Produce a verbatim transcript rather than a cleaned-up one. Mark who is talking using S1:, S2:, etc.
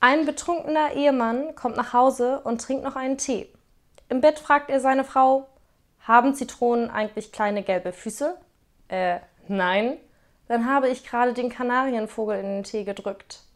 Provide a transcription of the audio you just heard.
S1: Ein betrunkener Ehemann kommt nach Hause und trinkt noch einen Tee. Im Bett fragt er seine Frau: Haben Zitronen eigentlich kleine gelbe Füße? Äh, nein. Dann habe ich gerade den Kanarienvogel in den Tee gedrückt.